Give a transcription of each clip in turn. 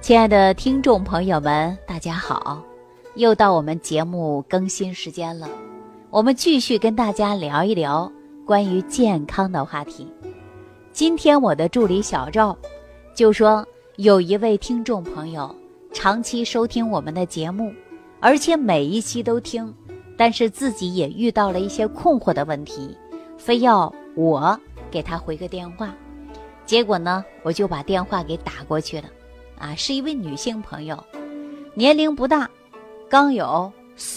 亲爱的听众朋友们，大家好，又到我们节目更新时间了。我们继续跟大家聊一聊关于健康的话题。今天我的助理小赵就说，有一位听众朋友长期收听我们的节目，而且每一期都听，但是自己也遇到了一些困惑的问题，非要我给他回个电话。结果呢，我就把电话给打过去了。是一位女性朋友，年龄不大，刚有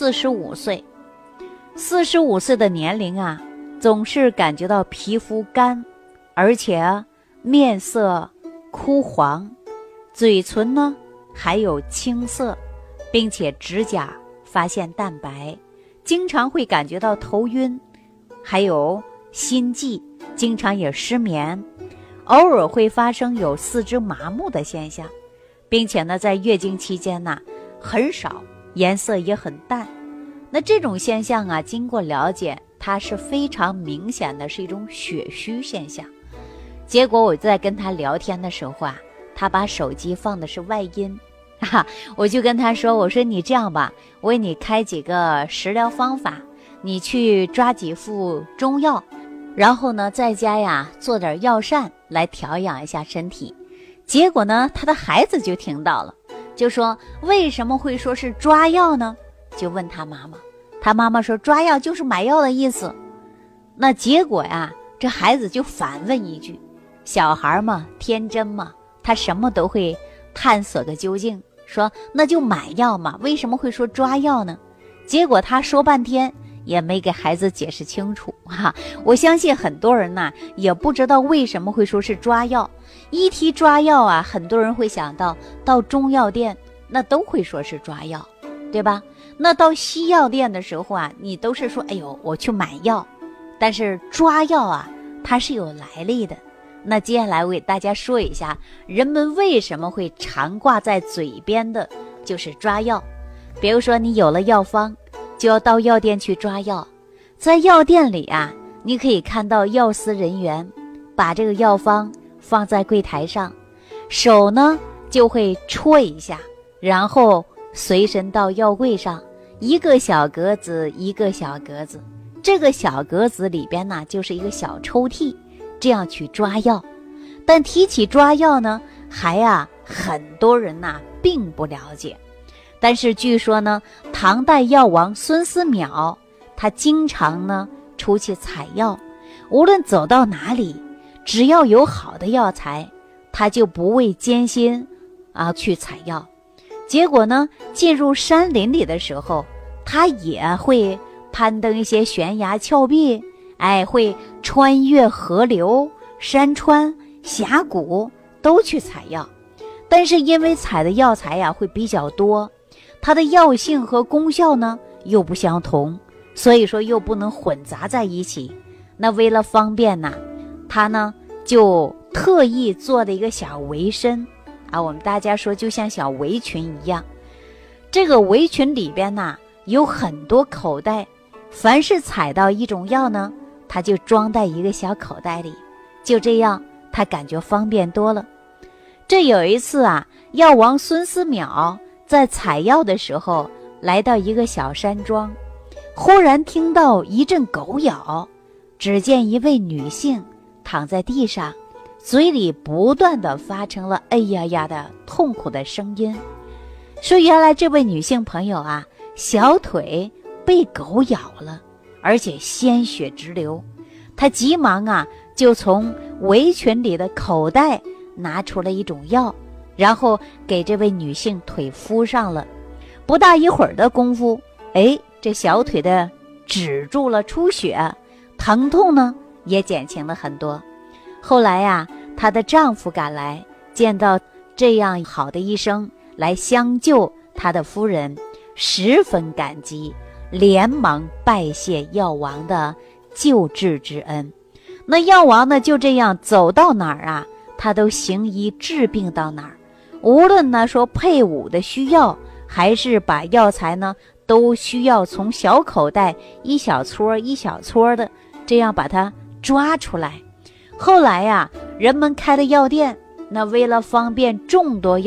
45岁。45岁的年龄总是感觉到皮肤干，而且面色枯黄，嘴唇呢还有青色，并且指甲发现淡白，经常会感觉到头晕，还有心悸，经常也失眠，偶尔会发生有四肢麻木的现象，并且呢，在月经期间很少，颜色也很淡。那这种现象经过了解，它是非常明显的，是一种血虚现象。结果我在跟他聊天的时候他把手机放的是外音我就跟他说，我说你这样吧，我给你开几个食疗方法，你去抓几副中药，然后呢在家做点药膳来调养一下身体。结果呢，他的孩子就听到了，就说为什么会说是抓药呢？就问他妈妈，他妈妈说抓药就是买药的意思。那结果这孩子就反问一句，小孩嘛，天真嘛，他什么都会探索个究竟，说那就买药嘛，为什么会说抓药呢？结果他说半天也没给孩子解释清楚我相信很多人也不知道为什么会说是抓药。一提抓药很多人会想到中药店，那都会说是抓药，对吧？那到西药店的时候你都是说哎呦我去买药，但是抓药它是有来历的。那接下来我给大家说一下，人们为什么会常挂在嘴边的就是抓药。比如说你有了药方，就要到药店去抓药。在药店里你可以看到药司人员把这个药方放在柜台上，手呢就会戳一下，然后随身到药柜上，一个小格子一个小格子，这个小格子里边就是一个小抽屉，这样去抓药。但提起抓药呢，还很多人并不了解。但是据说呢，唐代药王孙思邈他经常出去采药，无论走到哪里，只要有好的药材，他就不畏艰辛去采药。结果呢，进入山林里的时候，他也会攀登一些悬崖峭壁，会穿越河流、山川、峡谷，都去采药。但是因为采的药材会比较多，它的药性和功效呢又不相同，所以说又不能混杂在一起。那为了方便他呢就特意做了一个小围身我们大家说就像小围裙一样。这个围裙里边有很多口袋，凡是采到一种药呢，他就装在一个小口袋里，就这样他感觉方便多了。这有一次药王孙思邈在采药的时候，来到一个小山庄，忽然听到一阵狗咬，只见一位女性躺在地上，嘴里不断地发成了哎呀呀的痛苦的声音。说原来这位女性朋友小腿被狗咬了，而且鲜血直流。她急忙就从围裙里的口袋拿出了一种药，然后给这位女性腿敷上了。不大一会儿的功夫，这小腿的止住了出血，疼痛呢也减轻了很多。后来她的丈夫赶来，见到这样好的医生来相救她的夫人，十分感激，连忙拜谢药王的救治之恩。那药王呢就这样走到哪儿他都行医治病到哪儿。无论说配伍的需要，还是把药材呢都需要从小口袋一小撮一小撮的这样把它抓出来。后来人们开了药店，那为了方便众多药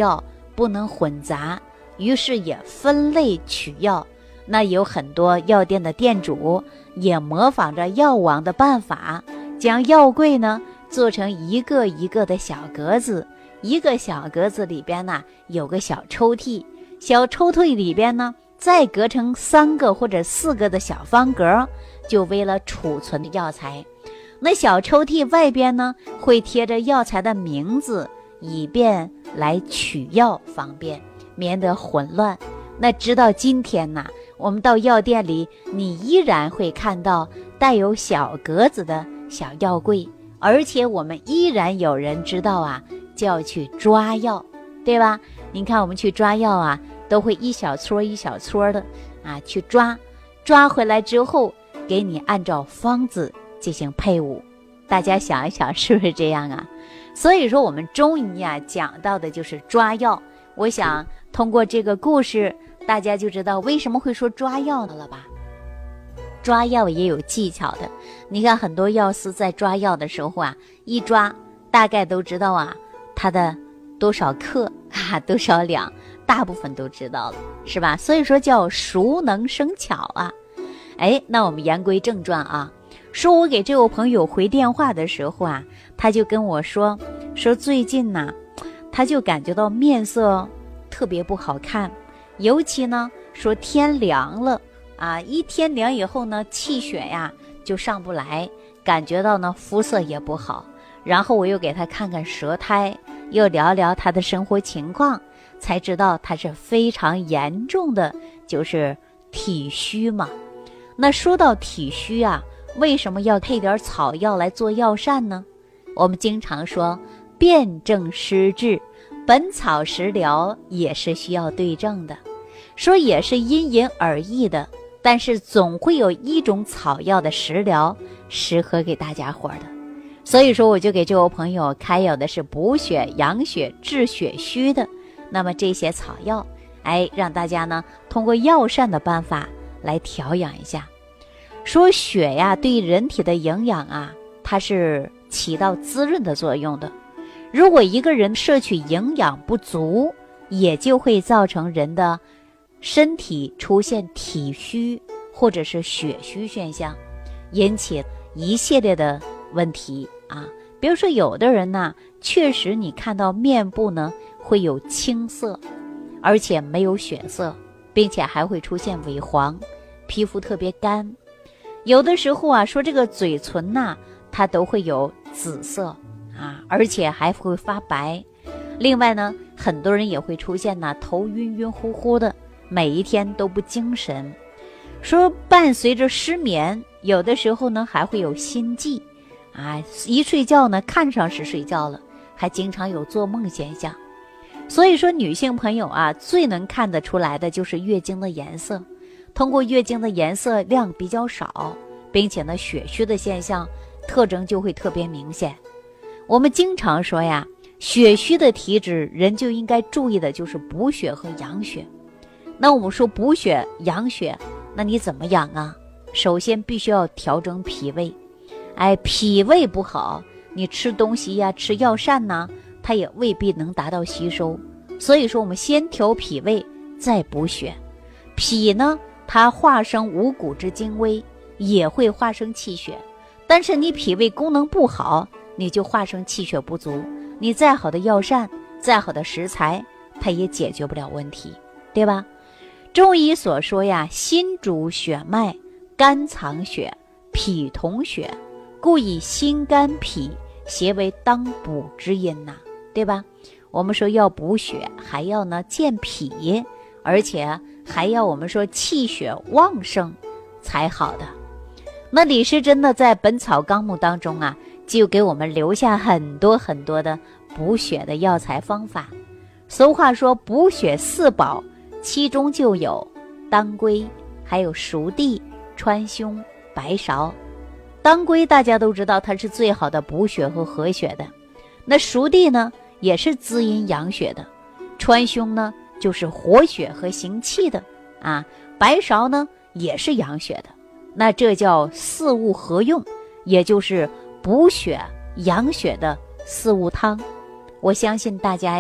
不能混杂，于是也分类取药。那有很多药店的店主也模仿着药王的办法，将药柜呢做成一个一个的小格子，一个小格子里边呢有个小抽屉，小抽屉里边呢再隔成3个或者4个的小方格，就为了储存药材。那小抽屉外边呢会贴着药材的名字，以便来取药方便，免得混乱。那直到今天呢，我们到药店里，你依然会看到带有小格子的小药柜，而且我们依然有人知道啊，就要去抓药，对吧？您看我们去抓药啊，都会一小撮一小撮的啊去抓回来之后，给你按照方子进行配伍。大家想一想，是不是这样啊？所以说我们中医啊讲到的就是抓药。我想通过这个故事，大家就知道为什么会说抓药了吧？抓药也有技巧的。你看很多药师在抓药的时候啊，一抓大概都知道啊它的多少克多少两，大部分都知道了，是吧？所以说叫熟能生巧啊。那我们言归正传啊，说我给这位朋友回电话的时候啊，他就跟我说最近呢，他就感觉到面色特别不好看，尤其呢说天凉了啊，一天凉以后呢，气血呀就上不来，感觉到呢肤色也不好。然后我又给他看看舌苔，又聊聊他的生活情况，才知道他是非常严重的，就是体虚嘛。那说到体虚啊，为什么要配点草药来做药膳呢？我们经常说辨证施治，本草食疗也是需要对症的，说也是因人而异的，但是总会有一种草药的食疗适合给大家伙的。所以说我就给这位朋友开有的是补血养血治血虚的，那么这些草药让大家呢通过药膳的办法来调养一下。说血呀对人体的营养啊，它是起到滋润的作用的。如果一个人摄取营养不足，也就会造成人的身体出现体虚或者是血虚现象，引起一系列的问题啊。比如说有的人呢，确实你看到面部呢会有青色，而且没有血色，并且还会出现萎黄，皮肤特别干。有的时候啊，说这个嘴唇呐，它都会有紫色啊，而且还会发白。另外呢，很多人也会出现呢头晕晕乎乎的，每一天都不精神。说伴随着失眠，有的时候呢还会有心悸啊，一睡觉呢看上是睡觉了，还经常有做梦现象。所以说女性朋友啊，最能看得出来的就是月经的颜色。通过月经的颜色量比较少，并且呢血虚的现象特征就会特别明显。我们经常说呀，血虚的体质人就应该注意的就是补血和养血。那我们说补血养血，那你怎么养啊？首先必须要调整脾胃。脾胃不好，你吃东西呀吃药膳呢，它也未必能达到吸收。所以说我们先调脾胃再补血。脾呢它化生五谷之精微，也会化生气血，但是你脾胃功能不好，你就化生气血不足，你再好的药膳再好的食材，它也解决不了问题，对吧？中医所说呀，心主血脉，肝藏血，脾同血，故以心肝脾协为当补之阴呐，对吧？我们说要补血，还要呢健脾，而且还要我们说气血旺盛才好的。那李时珍呢在《本草纲目》当中啊，就给我们留下很多很多的补血的药材方法。俗话说补血四宝，其中就有当归，还有熟地、川芎、白芍。当归大家都知道它是最好的补血和和血的，那熟地呢也是滋阴养血的，川芎呢就是活血和行气的啊，白芍呢也是养血的。那这叫四物合用，也就是补血养血的四物汤。我相信大家呀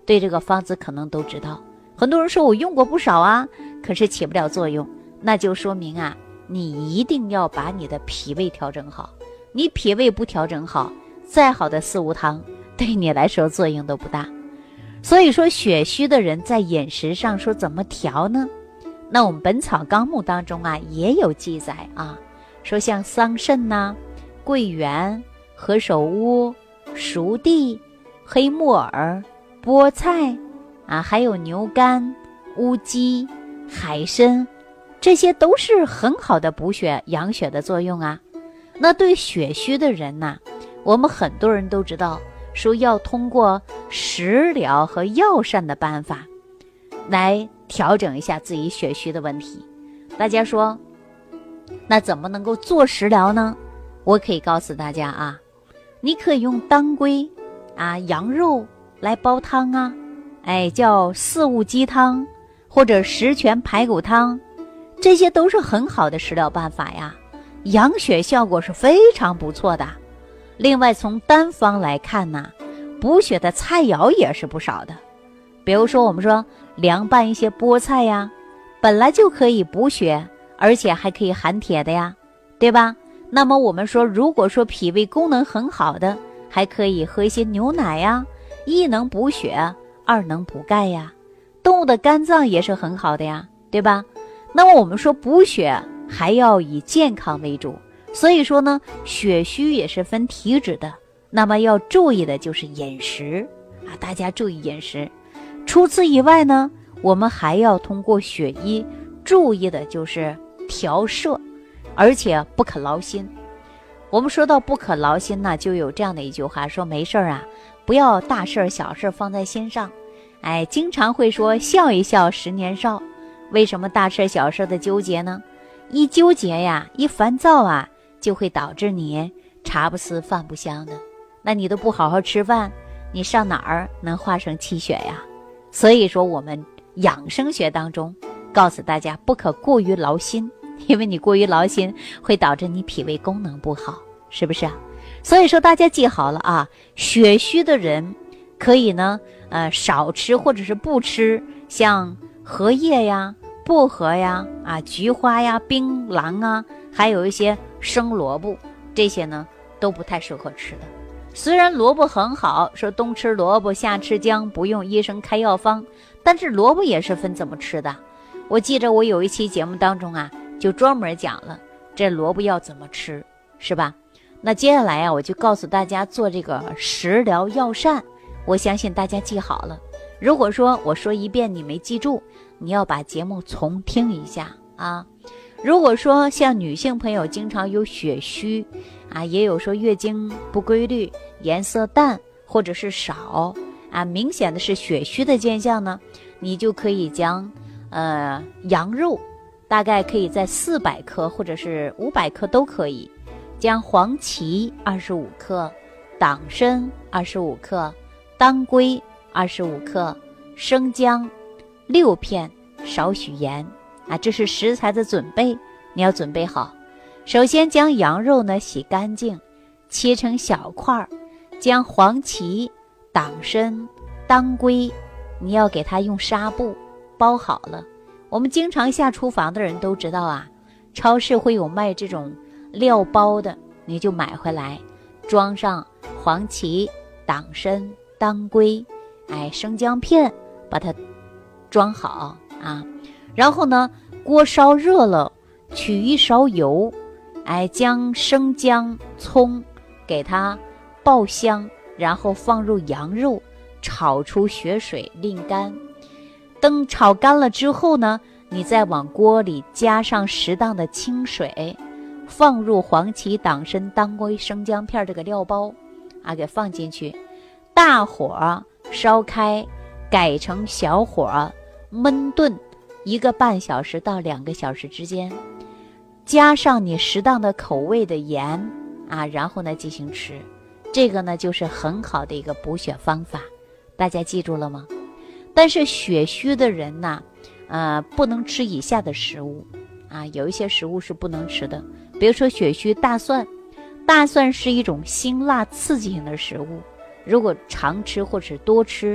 对这个方子可能都知道。很多人说我用过不少啊，可是起不了作用，那就说明啊，你一定要把你的脾胃调整好。你脾胃不调整好，再好的四物汤对你来说作用都不大。所以说血虚的人在饮食上说怎么调呢？那我们《本草纲目》当中啊也有记载啊，说像桑葚呐、桂圆、何首乌、熟地、黑木耳、菠菜啊，还有牛肝、乌鸡、海参，这些都是很好的补血养血的作用啊。那对血虚的人呢，我们很多人都知道说要通过食疗和药膳的办法来调整一下自己血虚的问题。大家说那怎么能够做食疗呢？我可以告诉大家啊，你可以用当归啊、羊肉来煲汤啊，叫四物鸡汤或者十全排骨汤，这些都是很好的食疗办法呀，养血效果是非常不错的。另外从单方来看呢，补血的菜肴也是不少的。比如说我们说凉拌一些菠菜呀，本来就可以补血，而且还可以含铁的呀，对吧？那么我们说如果说脾胃功能很好的，还可以喝一些牛奶呀，一能补血，二能补钙呀。动物的肝脏也是很好的呀，对吧？那么我们说补血还要以健康为主，所以说呢，血虚也是分体质的，那么要注意的就是饮食啊，大家注意饮食。除此以外呢，我们还要通过血医注意的就是调摄，而且不可劳心。我们说到不可劳心呢，就有这样的一句话说，没事啊，不要大事小事放在心上。经常会说笑一笑10年少。为什么大事小事的纠结呢？一纠结呀，一烦躁啊，就会导致你茶不思饭不香的。那你都不好好吃饭，你上哪儿能化生气血呀？所以说我们养生学当中告诉大家不可过于劳心，因为你过于劳心会导致你脾胃功能不好，是不是啊？所以说大家记好了啊，血虚的人可以呢少吃或者是不吃像荷叶呀、薄荷呀、菊花呀、槟榔啊，还有一些生萝卜，这些呢都不太适合吃的。虽然萝卜很好，说冬吃萝卜夏吃姜，不用医生开药方，但是萝卜也是分怎么吃的。我记着我有一期节目当中啊，就专门讲了这萝卜要怎么吃，是吧？那接下来啊，我就告诉大家做这个食疗药膳，我相信大家记好了。如果说我说一遍你没记住，你要把节目重听一下啊。如果说像女性朋友经常有血虚啊，也有说月经不规律、颜色淡或者是少啊，明显的是血虚的现象呢，你就可以将羊肉大概可以在400克或者是500克都可以，将黄芪25克、党参25克、当归25克、生姜6片，少许盐啊，这是食材的准备，你要准备好。首先将羊肉呢洗干净，切成小块，将黄芪、党参、当归，你要给它用纱布包好了。我们经常下厨房的人都知道啊，超市会有卖这种料包的，你就买回来，装上黄芪、党参、当归，生姜片，把它装好啊。然后呢，锅烧热了，取一勺油，将生姜、葱给它爆香，然后放入羊肉，炒出血水，沥干。等炒干了之后呢，你再往锅里加上适当的清水，放入黄芪、党参、当归、生姜片这个料包给放进去，大火烧开，改成小火焖炖1个半小时到2个小时之间，加上你适当的口味的盐然后呢进行吃。这个呢就是很好的一个补血方法，大家记住了吗？但是血虚的人呢不能吃以下的食物有一些食物是不能吃的。比如说血虚大蒜，大蒜是一种辛辣刺激性的食物，如果常吃或者多吃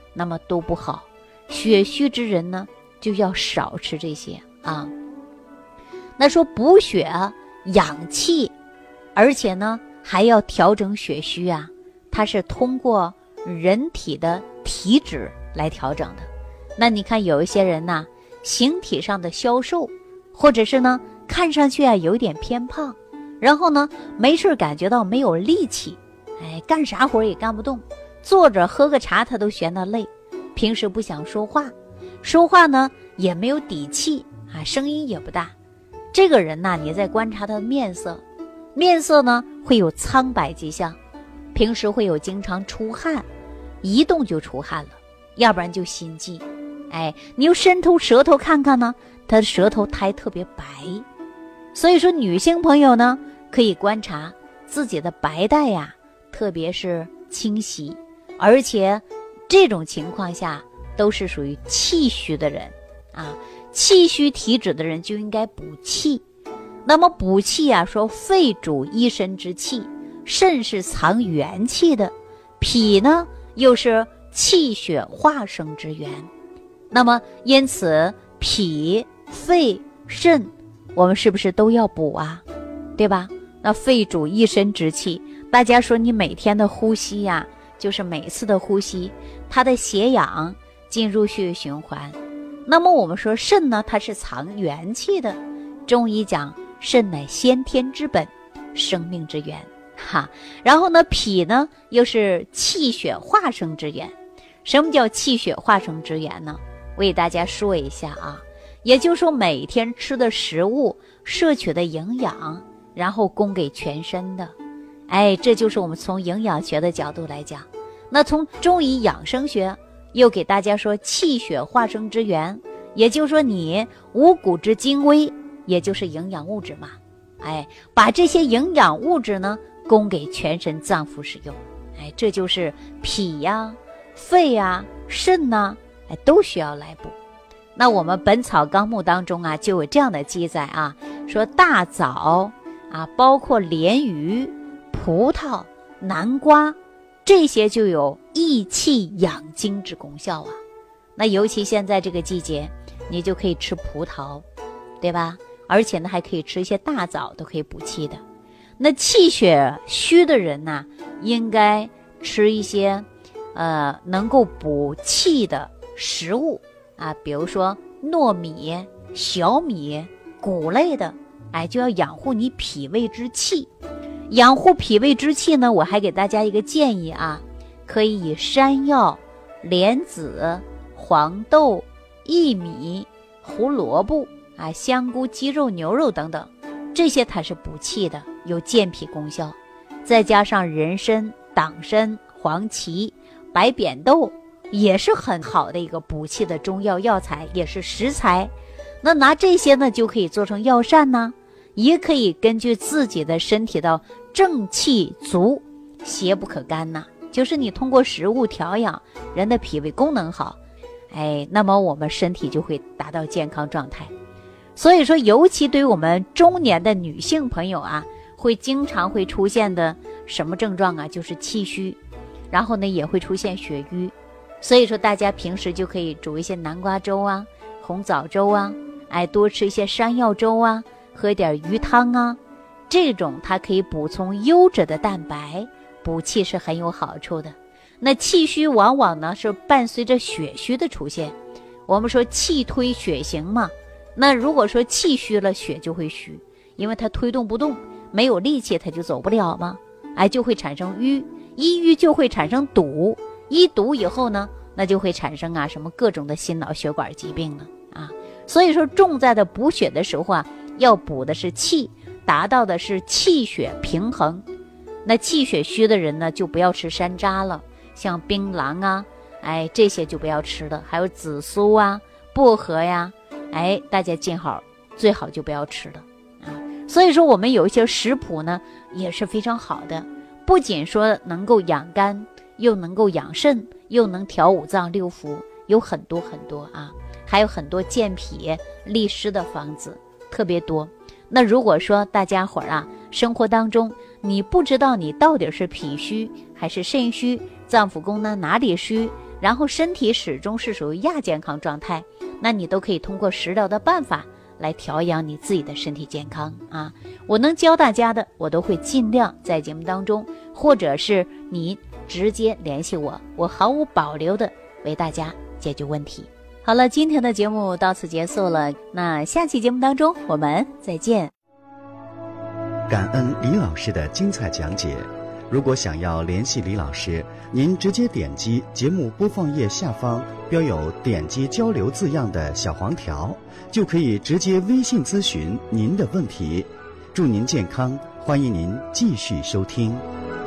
那么都不好。血虚之人呢，就要少吃这些啊。那说补血养气，而且呢还要调整血虚啊，它是通过人体的体质来调整的。那你看有一些人呢，形体上的消瘦，或者是呢看上去有一点偏胖，然后呢没事感觉到没有力气，干啥活也干不动，坐着喝个茶他都嫌得累，平时不想说话，说话呢也没有底气声音也不大。这个人呢，你再观察他的面色，面色呢会有苍白迹象，平时会有经常出汗，一动就出汗了，要不然就心悸。你又伸出舌头看看呢，他的舌头苔特别白。所以说女性朋友呢，可以观察自己的白带呀，特别是清晰，而且这种情况下都是属于气虚的人啊。气虚体质的人就应该补气。那么补气说肺主一身之气，肾是藏元气的，脾呢又是气血化生之源。那么因此脾、肺、肾我们是不是都要补啊？对吧？那肺主一身之气，大家说你每天的呼吸就是每次的呼吸，它的血氧进入血液循环。那么我们说肾呢，它是藏元气的，中医讲肾乃先天之本，生命之源然后呢脾呢又是气血化生之源。什么叫气血化生之源呢？我给大家说一下也就是说每天吃的食物摄取的营养，然后供给全身的。这就是我们从营养学的角度来讲。那从中医养生学又给大家说气血化生之源，也就是说你五谷之精微，也就是营养物质嘛。把这些营养物质呢供给全身脏腑使用。这就是脾肺肾都需要来补。那我们本草纲目当中就有这样的记载说大枣包括鲢鱼、葡萄、南瓜，这些就有益气养精之功效那尤其现在这个季节，你就可以吃葡萄，对吧？而且呢还可以吃一些大枣，都可以补气的。那气血虚的人呢，应该吃一些能够补气的食物比如说糯米、小米、谷类的，就要养护你脾胃之气。养护脾胃之气呢，我还给大家一个建议可以以山药、莲子、黄豆、薏米、胡萝卜香菇、鸡肉、牛肉等等，这些它是补气的，有健脾功效。再加上人参、党参、黄芪、白扁豆，也是很好的一个补气的中药药材，也是食材。那拿这些呢就可以做成药膳呢，也可以根据自己的身体的正气足，邪不可干就是你通过食物调养，人的脾胃功能好，那么我们身体就会达到健康状态。所以说尤其对于我们中年的女性朋友会经常会出现的什么症状就是气虚，然后呢也会出现血瘀。所以说大家平时就可以煮一些南瓜粥红枣粥多吃一些山药粥喝点鱼汤这种它可以补充优质的蛋白，补气是很有好处的。那气虚往往呢是伴随着血虚的出现，我们说气推血行嘛，那如果说气虚了，血就会虚，因为它推动不动，没有力气它就走不了嘛，就会产生瘀，一瘀就会产生堵，一堵以后呢，那就会产生什么各种的心脑血管疾病了所以说重在的补血的时候要补的是气，达到的是气血平衡。那气血虚的人呢，就不要吃山楂了，像槟榔这些就不要吃了，还有紫苏薄荷大家最好就不要吃了所以说我们有一些食谱呢也是非常好的，不仅说能够养肝，又能够养肾，又能调五脏六腑，有很多很多还有很多健脾利湿的方子特别多。那如果说大家伙生活当中你不知道你到底是脾虚还是肾虚，脏腑功能哪里虚， 然后身体始终是属于亚健康状态，那你都可以通过食疗的办法来调养你自己的身体健康啊。我能教大家的，我都会尽量在节目当中，或者是你直接联系我，我毫无保留的为大家解决问题。好了，今天的节目到此结束了，那下期节目当中我们再见。 感恩李老师的精彩讲解。如果想要联系李老师，您直接点击节目播放页下方标有点击交流字样的小黄条，就可以直接微信咨询您的问题。祝您健康，欢迎您继续收听。